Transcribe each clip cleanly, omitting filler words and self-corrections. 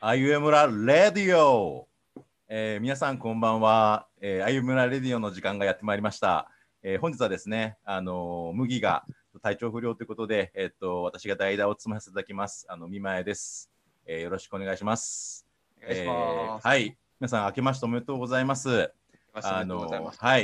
あゆえむらレディオ、皆さんこんばんは、あゆえむらレディオの時間がやってまいりました。本日はですね、麦が体調不良ということで、私が代打を務めさせていただきます。見前です、よろしくお願いします。 お願いします。 はい、皆さん明けましておめでとうございます。はい、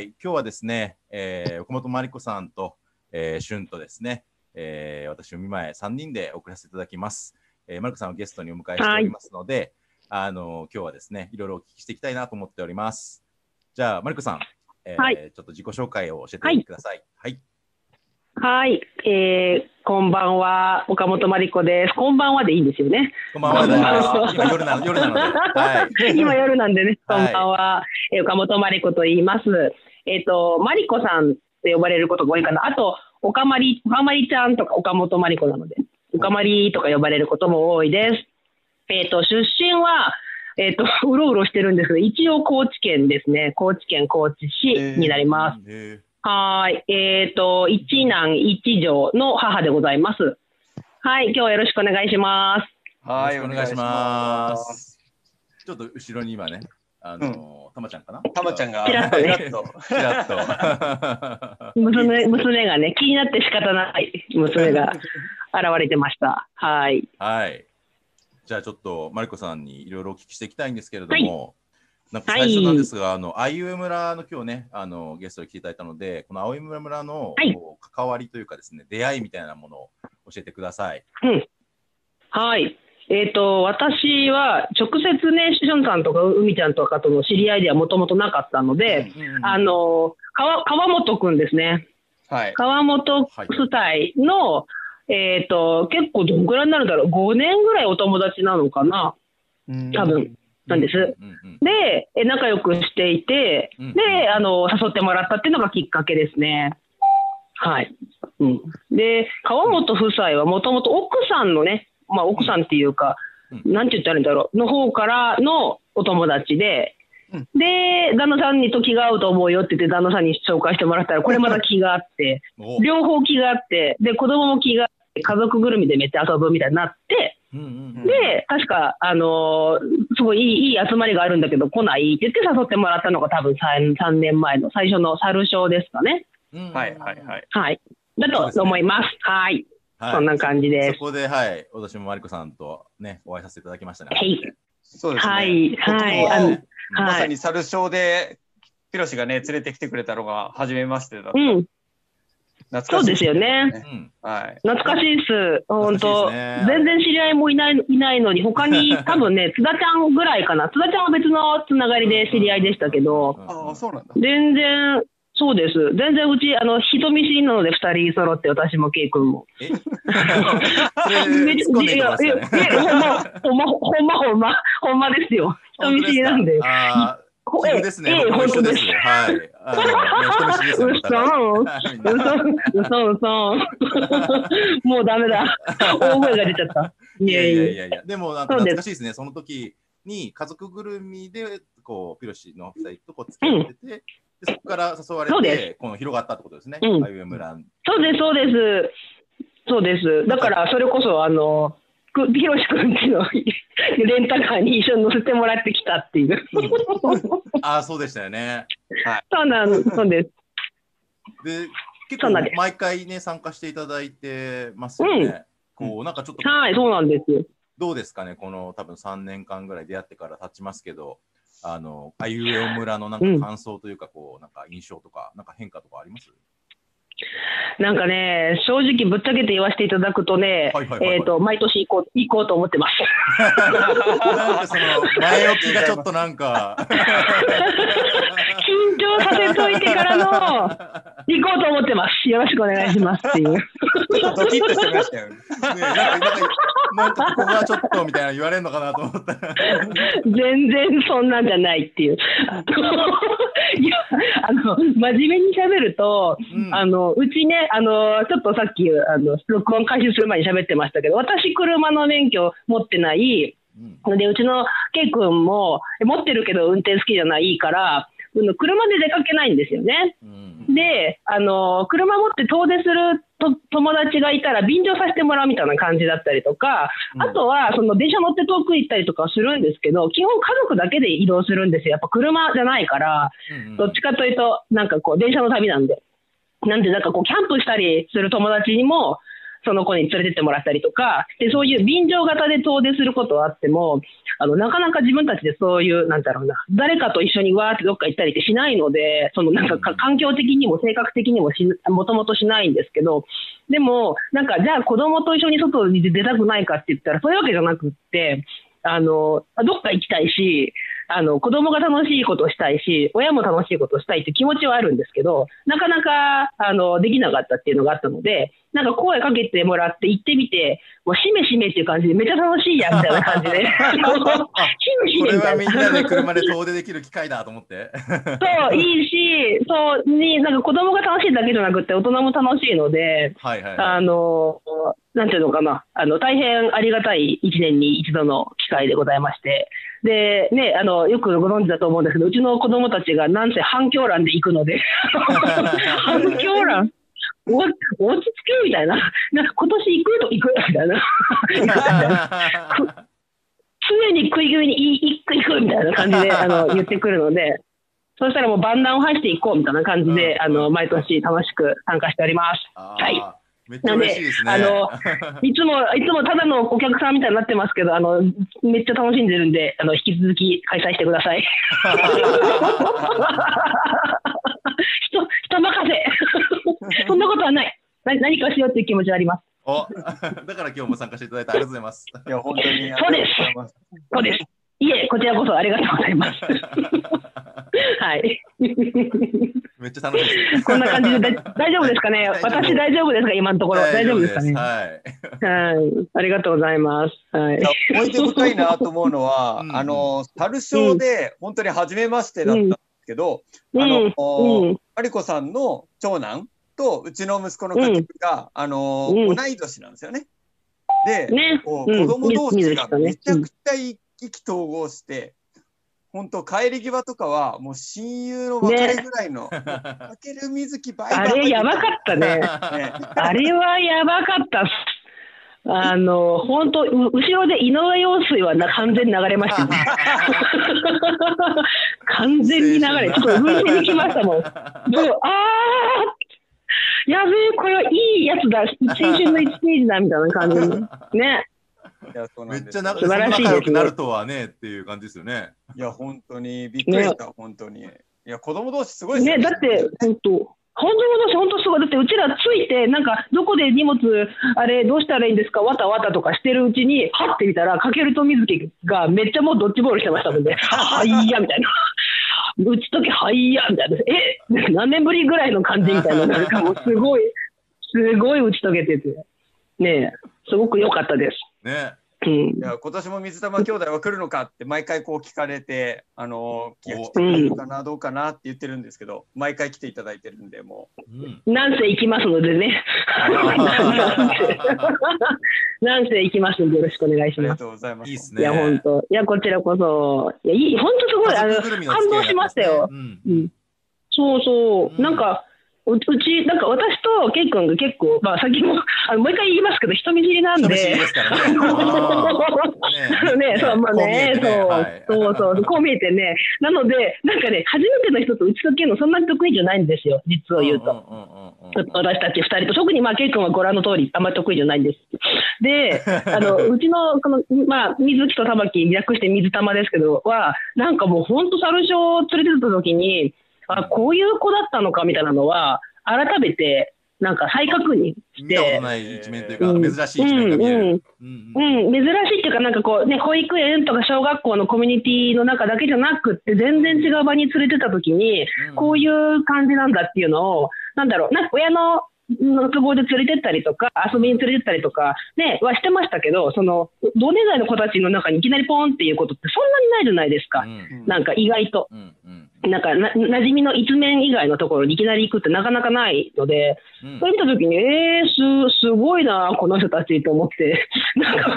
今日はですね、岡本真理子さんと、俊とですね、私、見前3人で送らせていただきます。マルコさんをゲストにお迎えしておりますので、はい、今日はですね、いろいろお聞きしていきたいなと思っております。じゃあ、マルコさん、はい、ちょっと自己紹介を教えてください。はい。 はい、こんばんは、岡本真理子です。こんばんはでいいんですよね。 こんばんはで今夜なので、はい、 今夜なんでね、こんばんは、岡本真理子と言います。真理子さんって呼ばれることが多いかな。あと、おかまりちゃんとか岡本真理子なので、おかまりとか呼ばれることも多いです。出身は、うろうろしてるんですけど、一応高知県ですね。高知県高知市になります。はい。一男一女の母でございます。はい。今日はよろしくお願いします。 はい。お願いします。ちょっと後ろに今ね、たまちゃんかな、 たまちゃんがちらっとね。 ちらっと。 娘がね、気になって仕方ない娘が現れてました。はい。 はい。じゃあちょっとマリコさんにいろいろお聞きしていきたいんですけれども、はい、なんか最初なんですが、あいうえ村の今日ね、ゲストに来ていただいたので、このあいうえ村の関わりというかですね、出会いみたいなものを教えてください。 はい。私は直接ね、しゅんさんとか海ちゃんとかとの知り合いではもともとなかったので、川本くんですね。 はい。 川本夫妻の、結構どんぐらいになるんだろう、5年ぐらいお友達なのかな、多分なんです。で、仲良くしていて、で、誘ってもらったっていうのがきっかけですね。はい。で、川本夫妻はもともと奥さんのね、まあ、奥さんっていうか、なんて言ったらいいんだろう、の方からのお友達で、で、旦那さんにと気が合うと思うよって言って、旦那さんに紹介してもらったら、これまた気があって、両方気があって、で、子供も気があって、家族ぐるみでめっちゃ遊ぶみたいになって、で、確か、すごいいい集まりがあるんだけど、来ないって言って誘ってもらったのが多分3年前の最初の猿ショーですかね。 はいはいはい。 はい。だと思います。はい。そんな感じです。 そこで、はい、私もマリコさんとね、お会いさせていただきましたね。 はい。 そうですね。 はい。はい。 まさに猿ショーで、ピロシがね、連れてきてくれたのが初めましてだった。 そうですよね。 はい。 懐かしいです。本当、全然知り合いもいないのに、他に多分ね、津田ちゃんぐらいかな。津田ちゃんは別のつながりで知り合いでしたけど、 そうなんだ。 全然、そうです。全然うち、人見知りなので2人揃って、私もケイ君も。ほんまですよ。人見知りなんで。 そうですね。本当です。はい。 嘘。もうダメだ。大声が出ちゃった。 いや。でも、懐かしいですね。その時に家族ぐるみで、こう、ピロシの2人とこう付き合ってて、そこから誘われて、この広がったってことですね。あいうえ村。 そうです。だから、それこそ、ひろし君ちのレンタカーに一緒に乗せてもらってきたっていう。 そうでしたよね。 はい。そうです。 で、結構毎回ね、参加していただいてますよね。こう、なんかちょっと。 はい、そうなんです。 どうですかね、この多分3年間ぐらい出会ってから経ちますけど、あいうえお村のなんか感想というか、こう、なんか印象とか、なんか変化とかあります？ なんかね、正直ぶっちゃけて言わせていただくとね、毎年行こうと思ってます。 なんかその前置きがちょっとなんか緊張させといてからの行こうと思ってます。よろしくお願いしますっていう。 ドキッとしてましたよね。 なんかここがちょっとみたいな言われるのかなと思ったら全然そんなんじゃないっていう。いや、真面目に喋ると、うちね、ちょっとさっき録音開始する前に喋ってましたけど、私車の免許持ってない、でうちのケイ君も持ってるけど運転好きじゃないから、 車で出かけないんですよね。で、車持って遠出する友達がいたら便乗させてもらうみたいな感じだったりとか、あとはその電車乗って遠く行ったりとかするんですけど、基本家族だけで移動するんですよ。やっぱ車じゃないから、どっちかというと、なんかこう電車の旅なんで。なんでなんかこうキャンプしたりする友達にも、その子に連れてってもらったりとか、で、そういう便乗型で遠出することはあっても、なかなか自分たちでそういう、なんだろうな、誰かと一緒にわーってどっか行ったりってしないので、そのなんか環境的にも性格的にももともとしないんですけど、でも、なんかじゃあ子供と一緒に外に出たくないかって言ったら、そういうわけじゃなくって、どっか行きたいし、子供が楽しいことをしたいし、親も楽しいことをしたいって気持ちはあるんですけど、なかなか、できなかったっていうのがあったので、なんか声かけてもらって行ってみて、もうしめしめっていう感じでめっちゃ楽しいやみたいな感じで。しめしめみたいな。 これはみんなで車で遠出できる機会だと思って。 そう、いいし、そうに、なんか子供が楽しいだけじゃなくて大人も楽しいので、なんていうのかな、大変ありがたい1年に一度の機会でございまして、で、ね、よくご存知だと思うんですけど、うちの子供たちがなんせ反響欄で行くので、反響欄落ち着けみたいな、なんか今年行くみたいな。常に食い気味に行くみたいな感じで言ってくるので、そうしたらもう万難を排していこうみたいな感じで、毎年楽しく参加しております。はい。 めっちゃ嬉しいですね。 いつもただのお客さんみたいになってますけど、めっちゃ楽しんでるんで、引き続き開催してください。人任せ。そんなことはない。何かしようという気持ちはあります。 だから今日も参加していただいてありがとうございます。 いや、本当に。 そうです。そうです。いえ、こちらこそありがとうございます。はい。 めっちゃ楽しいです。 こんな感じで大丈夫ですかね。私大丈夫ですか、今のところ。大丈夫ですかね。 はい。 ありがとうございます。はい。 思い出深いなと思うのは、樽シで本当に初めましてだったんですけど、マリコさんの長男とうちの息子の家族が同い年なんですよね。で、子供同士がめちゃくちゃ意気投合して、本当帰り際とかはもう親友の別れぐらいの、かける水木バイバイ。 あれやばかったね。あれはやばかった。本当後ろで井上陽水は完全に流れましたね。完全に流れ、ちょっと運転に来ましたもん。やべえ、これはいいやつだ、青春の1ページだみたいな感じでね。 めっちゃ素晴らしい仲良くなるとはねっていう感じですよね。 いや、本当にびっくりした、本当に。いや、子供同士すごいですね。だって、本当すごい。だってうちらついて、なんか、どこで荷物、あれ、どうしたらいいんですか、わたわたとかしてるうちに、はって見たら、かけると水木がめっちゃもうドッジボールしてましたもんね。はいや、みたいな。打ち解け、はいや、みたいな。何年ぶりぐらいの感じみたいな。なんかもうすごい打ち解けてて。ね、すごく良かったです。 ね。 いや、今年も水玉兄弟は来るのかって毎回こう聞かれて、来てくれるかな、どうかなって言ってるんですけど、毎回来ていただいてるんで、もう。なんせ行きますのでね。なんせ行きますので、よろしくお願いします。 ありがとうございます。 いいですね。 いや、本当。いや、こちらこそ。いや、本当すごい、感動しましたよ。そう。なんか、うち、なんか私とケイ君が結構、まあ先も、もう一回言いますけど、人見知りなんで。 人見知りですからね。 そう、まあね、そう、こう見えてね。なので、なんかね、初めての人と打ち解けるのそんなに得意じゃないんですよ、実を言うと。私たち2人と、特にまあケイ君はご覧の通り、あんまり得意じゃないんです。で、うちの、まあ、水木と玉木、略して水玉ですけど、なんかもう本当、猿小を連れてった時に、こういう子だったのかみたいなのは改めてなんか再確認して見たことない一面というか、珍しい一面が見える。 珍しいっていうか、なんかこうね、保育園とか小学校のコミュニティの中だけじゃなくって全然違う場に連れてた時に、こういう感じなんだっていうのを、なんだろう、なんか親の都合で連れてったりとか遊びに連れてったりとかねはしてましたけど、その同年代の子たちの中にいきなりポンっていうことってそんなにないじゃないですか。なんか意外と。なんか馴染みの一面以外のところにいきなり行くってなかなかないので、それ見たときに、すごいな、この人たちと思って、なんか、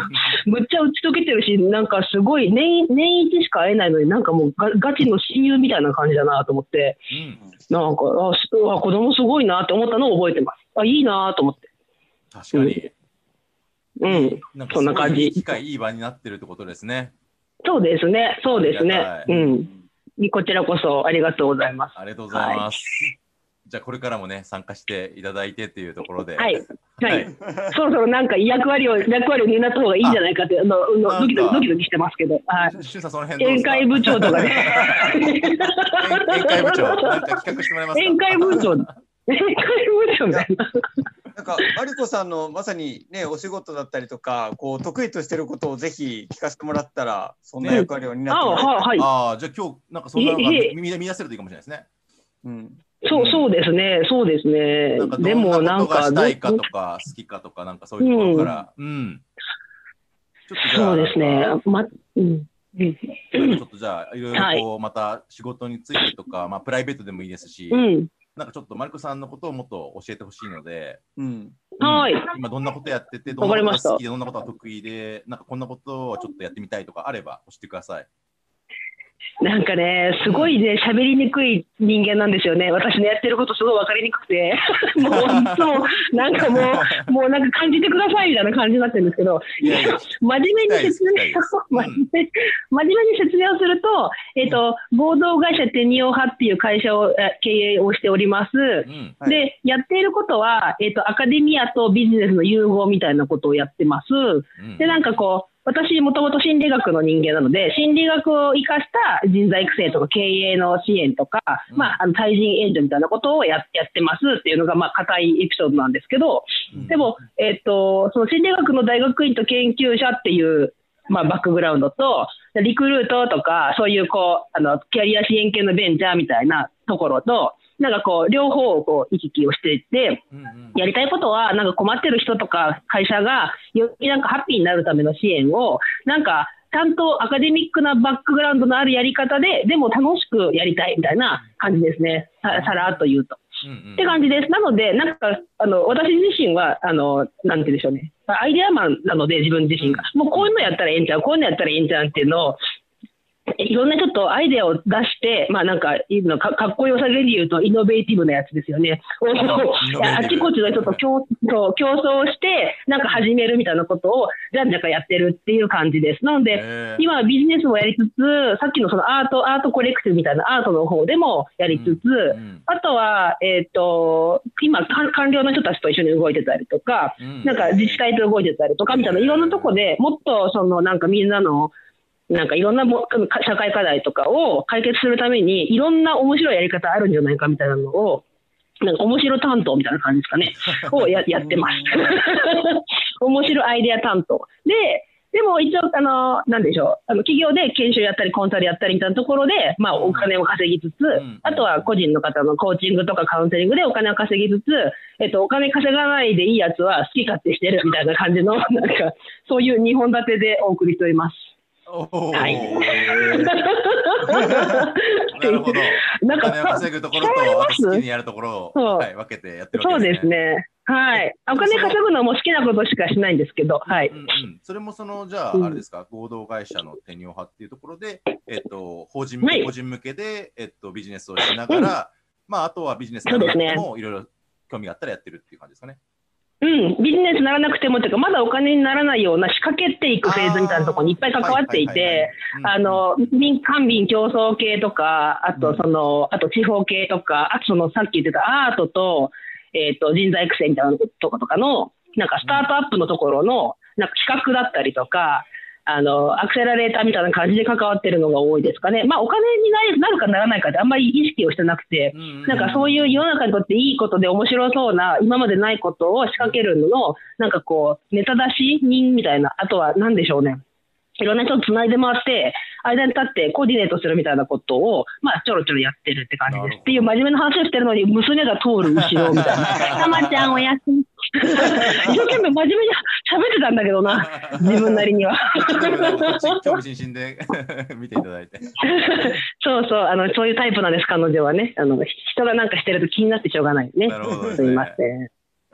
むっちゃ打ち解けてるし、なんかすごい年一しか会えないのに、なんかもうガチの親友みたいな感じだなと思って、なんか子供すごいなって思ったのを覚えてます。いいなと思って。 確かに。 なんかそんな感じ。 いい機会、いい場になってるってことですね。 そうですね。そうですね。こちらこそありがとうございます。 ありがとうございます。じゃあこれからもね参加していただいてっていうところで、 そろそろなんか役割を担った方がいいんじゃないかってドキドキしてますけど、宴会部長とかね。 宴会部長なんか企画してもらえますか。 宴会部長みたいな。 なんかマリコさんのまさにねお仕事だったりとかこう得意としてることをぜひ聞かせてもらったらそんな役割を担ってもらえます。じゃあ今日なんかそんなのが見出せるといいかもしれないですね。 そうですね、そうですね。 でもなんかしたいかとか好きかとかなんかそういうところから、ちょっとじゃあそうですね。 ちょっとじゃあいろいろこうまた仕事についてとかプライベートでもいいですし、なんかちょっとマリコさんのことをもっと教えてほしいので、今どんなことやってて、どんなことが好きで、どんなことが得意で、なんかこんなことをちょっとやってみたいとかあれば教えてください。 なんかね、すごいね、喋りにくい人間なんですよね。私のやってることすごい分かりにくくて、もういつもなんかもうなんか感じてくださいみたいな感じになってるんですけど、真面目に説明をすると、合同会社テニオ派っていう会社を経営をしております。で、やっていることは、アカデミアとビジネスの融合みたいなことをやってます。で、なんかこう、私、もともと心理学の人間なので、心理学を生かした人材育成とか経営の支援とか、対人援助みたいなことをやってますっていうのが、固いエピソードなんですけど、でも、その心理学の大学院と研究者っていう、バックグラウンドと、リクルートとか、そういうキャリア支援系のベンチャーみたいなところと、なんかこう両方をこう行き来をしていって、やりたいことはなんか困ってる人とか会社がよりなんかハッピーになるための支援をなんかちゃんとアカデミックなバックグラウンドのあるやり方ででも楽しくやりたいみたいな感じですね。さらっと言うと。って感じです。なのでなんか私自身はなんて言うんでしょうね。アイデアマンなので自分自身がもうこういうのやったらええんちゃう、こういうのやったらええんちゃうっていうのをいろんなちょっとアイデアを出して、なんかかっこよさで言うとイノベーティブなやつですよね。あちこちの人と競争して、なんか始めるみたいなことをじゃんじゃかやってるっていう感じです。なので、今はビジネスもやりつつ、さっきのそのアートコレクティブみたいなアートの方でもやりつつ、あとは、今、官僚の人たちと一緒に動いてたりとか、なんか自治体と動いてたりとかみたいな、いろんなとこでもっとなんかみんなのなんかいろんな社会課題とかを解決するためにいろんな面白いやり方あるんじゃないかみたいなのをなんか面白担当みたいな感じですかねをやってます面白いアイデア担当でも一応なんでしょう企業で研修やったりコンサルやったりみたいなところでお金を稼ぎつつあとは個人の方のコーチングとかカウンセリングでお金を稼ぎつつお金稼がないでいいやつは好き勝手してるみたいな感じのなんかそういう2本立てでお送りしております。 はい。なるほど。なんかお金を稼ぐところとあと好きにやるところを、分けてやってるわけですね。 そうですね。はい。お金稼ぐのも好きなことしかしないんですけど、はい。 それもじゃああれですか、合同会社のテニオ派っていうところで、法人向けでビジネスをしながら、あとはビジネスなくてもいろいろ興味があったらやってるっていう感じですかね。 ビジネスにならなくてもというかまだお金にならないような仕掛けていくフェーズみたいなところにいっぱい関わっていて官民競争系とかあと地方系とかあとさっき言ってたアートと、人材育成みたいなところとかのなんかスタートアップのところのなんか企画だったりとかアクセラレーターみたいな感じで関わってるのが多いですかね。お金になるかならないかってあんまり意識をしてなくて、なんかそういう世の中にとっていいことで面白そうな今までないことを仕掛けるののなんかこうネタ出し人みたいなあとは何でしょうね。いろんな人とつないで回って間に立ってコーディネートするみたいなことをちょろちょろやってるって感じですっていう真面目な話をしてるのに娘が通る後ろみたいなたまちゃんおやすみ一生懸命真面目に喋ってたんだけどな自分なりには興味津々で見ていただいてそういうタイプなんです彼女はね人がなんかしてると気になってしょうがないね。 なるほどですね。 すいません。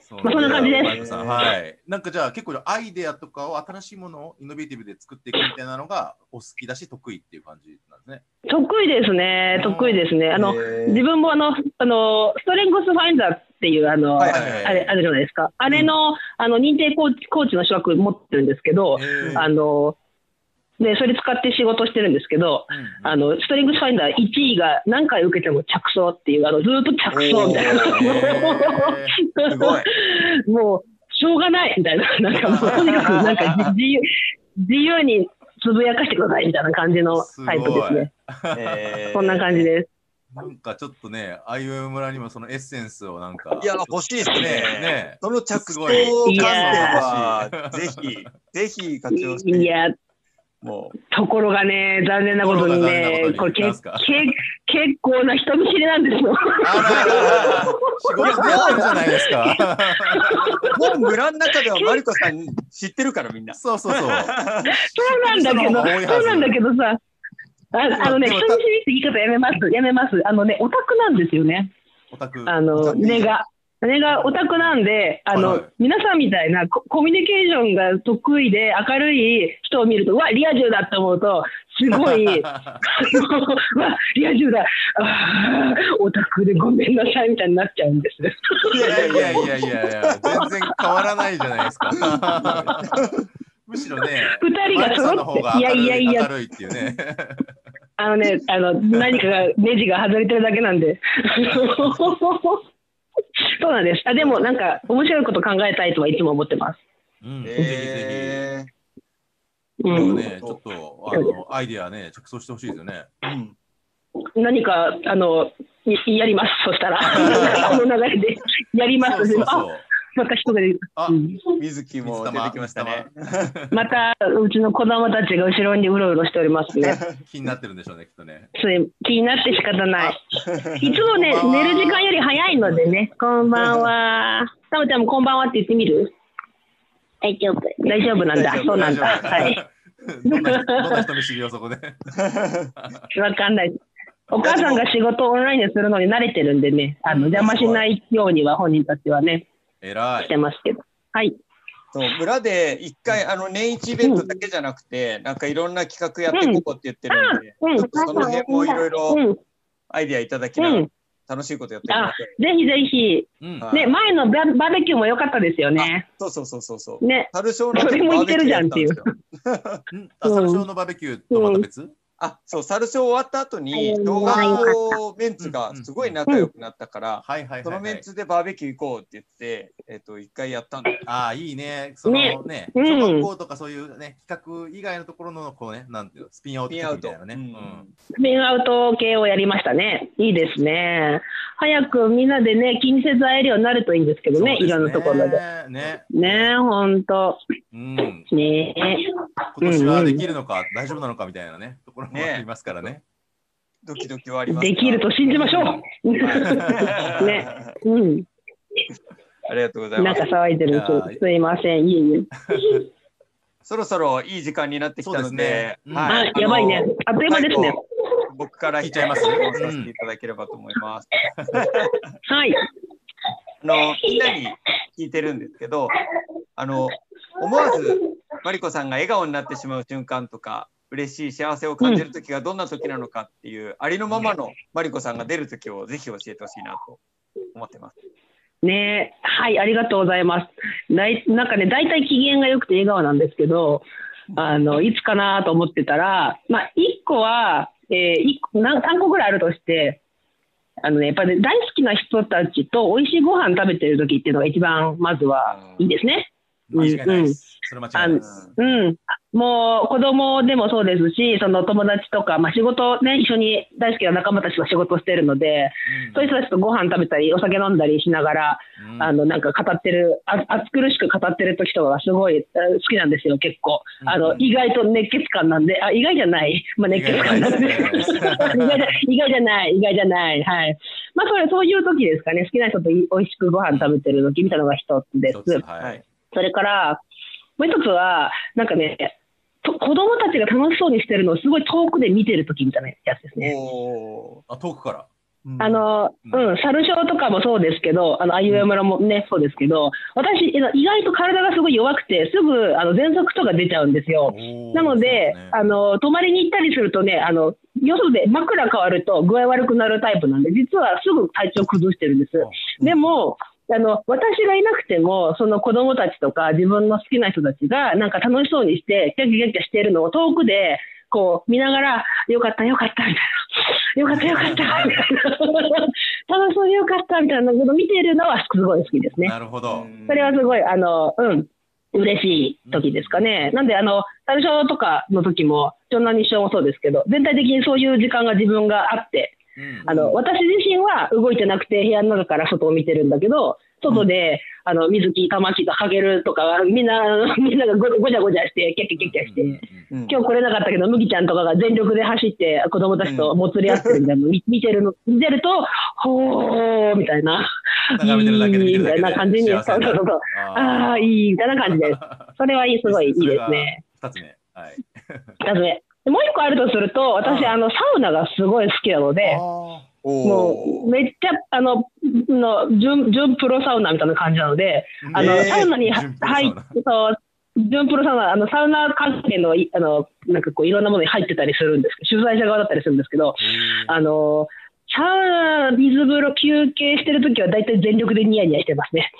まあそんな感じです。 はい。なんかじゃあ結構アイデアとかを新しいものをイノベーティブで作っていくみたいなのがお好きだし得意っていう感じなんですね。 得意ですね。得意ですね。自分もストレングスファインダーっていうあれじゃないですか。あれの認定コーチの資格持ってるんですけど、でそれ使って仕事してるんですけど、ストレングスファインダー1位が何回受けても着想っていうずっと着想みたいな。すごい。もうしょうがないみたいな、なんかもうとにかくなんか自由につぶやかしてくださいみたいな感じのタイプですね。そんな感じです。 なんかちょっとね、あいうえお村にもそのエッセンスをなんか。 いや、欲しいですね。その着想感はぜひ活用して。 いや、ところがね、残念なことにね、これ結構な人見知りなんですよ。 仕事でやってるじゃないですか。 もう村の中ではマリコさん知ってるからみんな。 そう。そうなんだけどさ、人見知りって言い方やめます。オタクなんですよね。 オタク。 姉がオタクなんで、皆さんみたいなコミュニケーションが得意で明るい人を見ると、うわ、リア充だって思うと、すごい、うわ、リア充だ、オタクでごめんなさいみたいになっちゃうんです。 いや、全然変わらないじゃないですか。むしろね、 2人が揃って、 明るいっていうね。 何かが、ネジが外れてるだけなんで。そうなんです。でもなんか面白いこと考えたいとはいつも思ってます。 ぜひ。ちょっとアイディアね着想してほしいですよね。 何かやります。そしたらこの流れでやります。また人が出る。 水木も出てきましたね。 またうちの子供たちが後ろにうろうろしておりますね。 気になってるんでしょうね、きっとね。 気になって仕方ない。いつもね、寝る時間より早いのでね、こんばんは。たまちゃんもこんばんはって言ってみる？大丈夫なんだ。そうなんだ。はい。 どんな人見知りよ、そこで。 わかんない。お母さんが仕事をオンラインでするのに慣れてるんでね、邪魔しないようには本人たちはね、してますけど。はい。 村で一回年一イベントだけじゃなくて、なんかいろんな企画やっていこうって言ってるんで、その辺もいろいろアイディアいただきながら楽しいことやってください。 ぜひぜひ。ね、前のバーベキューも良かったですよね。 そう。 ね、 サルショーのそれもいけるじゃんっていう。 サルショーのバーベキューとまた別？ そう、サルショー終わった後に動画とメンツがすごい仲良くなったから、そのメンツでバーベキュー行こうって言って、一回やったんだ。 いいね。そのね、小学校とかそういうね、企画以外のところのこうね、なんていうの、スピンアウトみたいなね。 スピンアウト系をやりましたね。いいですね。早くみんなでね、気にせず会えるようになるといいんですけどね、いろんなところで。ね、ほんと。ね、 今年はできるのか、大丈夫なのかみたいなね、ところもありますからね。 ドキドキはあります。 できると信じましょう。ね。 ありがとうございます。 なんか騒いでるし、すいません。 そろそろいい時間になってきたので、 やばいね。あっという間ですね。 僕から聞いちゃいます。 させていただければと思います。 はい。 みんなに聞いてるんですけど、思わずマリコさんが笑顔になってしまう瞬間とか、嬉しい幸せを感じる時がどんな時なのかっていう、ありのままのマリコさんが出る時をぜひ教えてほしいなと思ってます。 ね、はい、ありがとうございます。なんかね、大体機嫌が良くて笑顔なんですけど、いつかなと思ってたら、1個は、3個ぐらいあるとして、やっぱり、大好きな人たちと美味しいご飯食べてる時っていうのが一番まずはいいですね。 間違いないです。それ間違いないです。 もう子供でもそうですし、その友達とか、仕事ね、一緒に大好きな仲間たちと仕事してるので、そういう人たちとご飯食べたり、お酒飲んだりしながら、なんか語ってる、暑苦しく語ってる時とかがすごい好きなんですよ、結構。意外と熱血感なんで、意外じゃない。熱血感なんで。意外じゃない。はい。そういう時ですかね。好きな人と美味しくご飯食べてる時みたいなのが一つです。それから、もう一つは、なんかね、子供たちが楽しそうにしてるのをすごい遠くで見てるときみたいなやつですね。 遠くから。 サル症とかもそうですけど、あゆえ村もね、そうですけど、私、意外と体がすごい弱くて、すぐ喘息とか出ちゃうんですよ。なので、泊まりに行ったりするとね、よそで枕変わると具合悪くなるタイプなんで、実はすぐ体調崩してるんです。でも、私がいなくても、その子供たちとか自分の好きな人たちがなんか楽しそうにして、キャキャキャしているのを遠くで、こう見ながら、よかった、よかった、みたいな。よかった、よかった、みたいな。楽しそうでよかった、みたいなことを見ているのはすごい好きですね。 なるほど。 それはすごい、嬉しい時ですかね。なんで、サル症とかの時も、長男日症もそうですけど、全体的にそういう時間が自分があって、私自身は動いてなくて部屋の中から外を見てるんだけど、外で、水木、玉木とかけるとか、みんながごちゃごちゃして、キャッキャキャッキャして、今日来れなかったけど、麦ちゃんとかが全力で走って、子供たちともつれ合ってるみたいなの見てると、ほーみたいな、いいみたいな感じに、ああ、いいみたいな感じです。それはすごいいいですね。 2つ目。はい。 2つ目。もう一個あるとすると、私、サウナがすごい好きなので、もう、めっちゃ、準プロサウナみたいな感じなので、サウナに入って、準プロサウナ、サウナ関係の、なんかこう、いろんなものに入ってたりするんですけど、主催者側だったりするんですけど、サウナ、水風呂、休憩してるときは、大体全力でニヤニヤしてますね。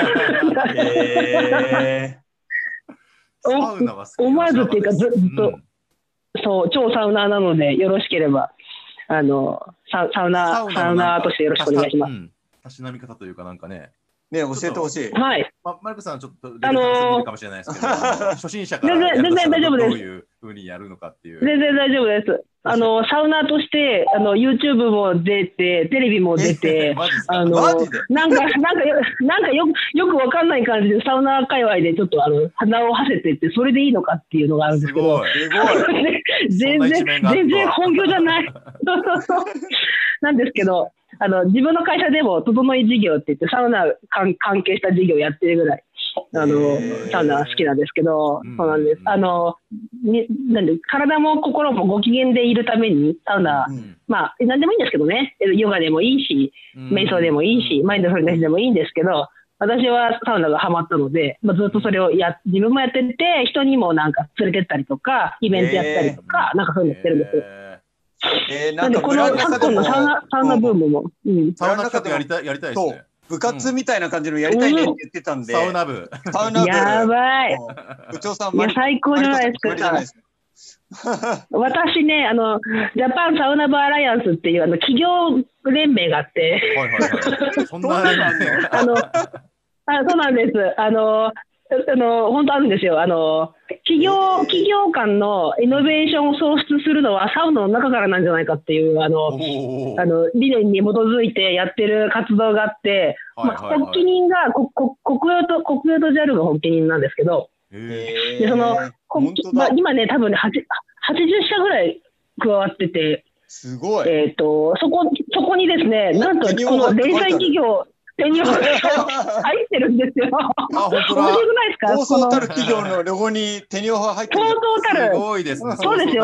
思わずっていうか、ずっと、そう、超サウナーなので、よろしければ、サウナーとしてよろしくお願いします。 たしなみ方というかなんかね。 ね、教えてほしい。 はい。 マルコさんはちょっとレベル高すぎるかもしれないですけど、初心者から全然大丈夫です。 どういうふうにやるのかっていう。 全然大丈夫です。サウナーとして、YouTube も出て、テレビも出て、なんかよくわかんない感じで、サウナー界隈でちょっと鼻を馳せてって、それでいいのかっていうのがあるんですけど、全然本業じゃない。なんですけど、自分の会社でも、整い事業って言って、サウナ関係した事業をやってるぐらい、サウナ好きなんですけど、そうなんです。なんで、体も心もご機嫌でいるために、サウナ、まあ、何でもいいんですけどね、ヨガでもいいし、瞑想でもいいし、マインドフルネスでもいいんですけど、私はサウナがハマったので、ずっとそれを自分もやってて、人にもなんか連れてったりとか、イベントやったりとか、なんかそういうのやってるんですよ。なんでこの昨今のサウナブームも、 サウナ企画やりたいですね。 部活みたいな感じのやりたいねって言ってたんで、 サウナ部。 やばい。 部長さん、 いや最高じゃないですか。私ね、ジャパンサウナ部アライアンスっていう企業連盟があって、 そんなそうなんです。本当あるんですよ。企業間のイノベーションを創出するのはサウナの中からなんじゃないかっていう、理念に基づいてやってる活動があって、発起人が国営と JAL が発起人なんですけど、で今ね、多分ね、80社ぐらい加わってて、 すごい。 そこにですね、なんとこの零細企業、入ってるんですよ。 本当だ。 面白くないですか？ そうそうたる企業のロゴにテニオハ入ってる。 そうそうたる。 すごいですね。 そうですよ。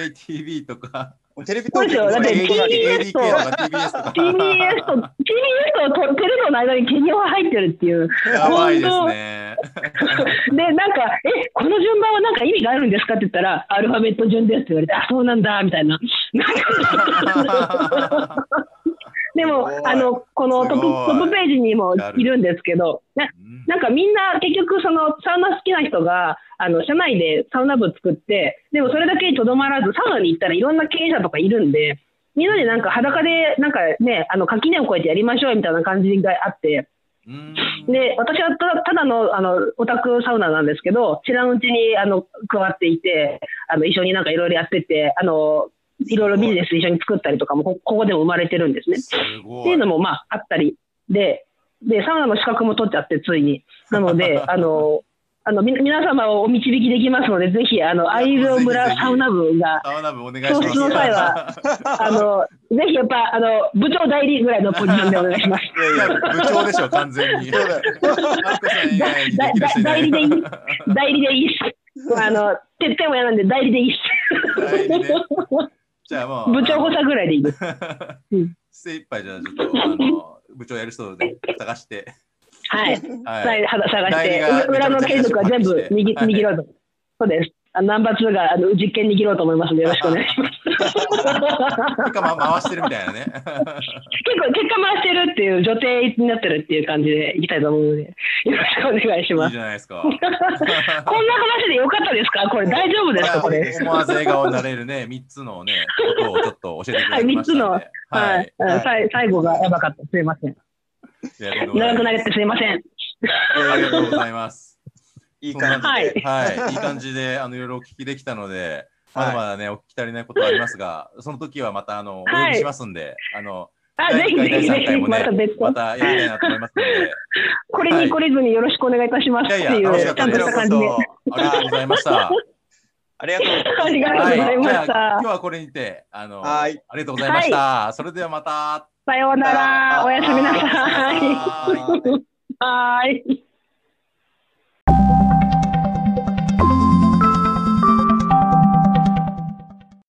JTB とか。 テレビ東京とか TBS と TBS とテレビの間にテニオハ入ってるっていう。 やばいですね。 で、なんか、この順番はなんか意味があるんですかって言ったら、アルファベット順ですって言われて、あ、そうなんだ、みたいな。でも、このトップページにもいるんですけど、なんかみんな結局そのサウナ好きな人が、社内でサウナ部作って、でもそれだけにとどまらず、サウナに行ったらいろんな経営者とかいるんで、みんなでなんか裸で、なんかね、垣根を越えてやりましょうみたいな感じがあって、で、私はただの、オタクサウナなんですけど、知らんうちに、加わっていて、一緒になんかいろいろやってて、いろいろビジネス一緒に作ったりとかもここでも生まれてるんですね。っていうのもまああったりで、サウナの資格も取っちゃってついに。なので、皆様をお導きできますので、ぜひ、愛情村サウナ部が、教室の際は、ぜひやっぱ、部長代理ぐらいのポジションでお願いします。 いや部長でしょ、完全に。 代理でいい。代理でいいっす。てっぺんも嫌なんで、代理でいいっす。 じゃあもう部長補佐ぐらいでいいです。 精一杯じゃあちょっと部長やる人で探して。 はい。探して、裏の権力は全部握ろうと。そうです。ナンバー2が実験握ろうと思いますので、よろしくお願いします。 結果回してるみたいなね。 結果回してるっていう女帝になってるっていう感じでいきたいと思うので、よろしくお願いします。 いいじゃないですか。 こんな話でよかったですか？これ大丈夫ですか？これ。 思わず笑顔になれるね、3つのね、ことをちょっと教えてくださいましたので。 はい、3つの、最後がやばかった。すいません。長くなれてすいません。 ありがとうございます。 いい感じで、 いい感じでいろいろお聞きできたので、まだまだね、お聞き足りないことはありますが、その時はまたお呼びしますんで、 ぜひぜひぜひまたやりたいなと思いますので、 これに懲りずによろしくお願いいたしますっていう、ちゃんとした感じで。 ありがとうございました。 ありがとうございました。 ありがとうございました。 今日はこれにて、ありがとうございました。それではまた。 さようなら。おやすみなさい。はい。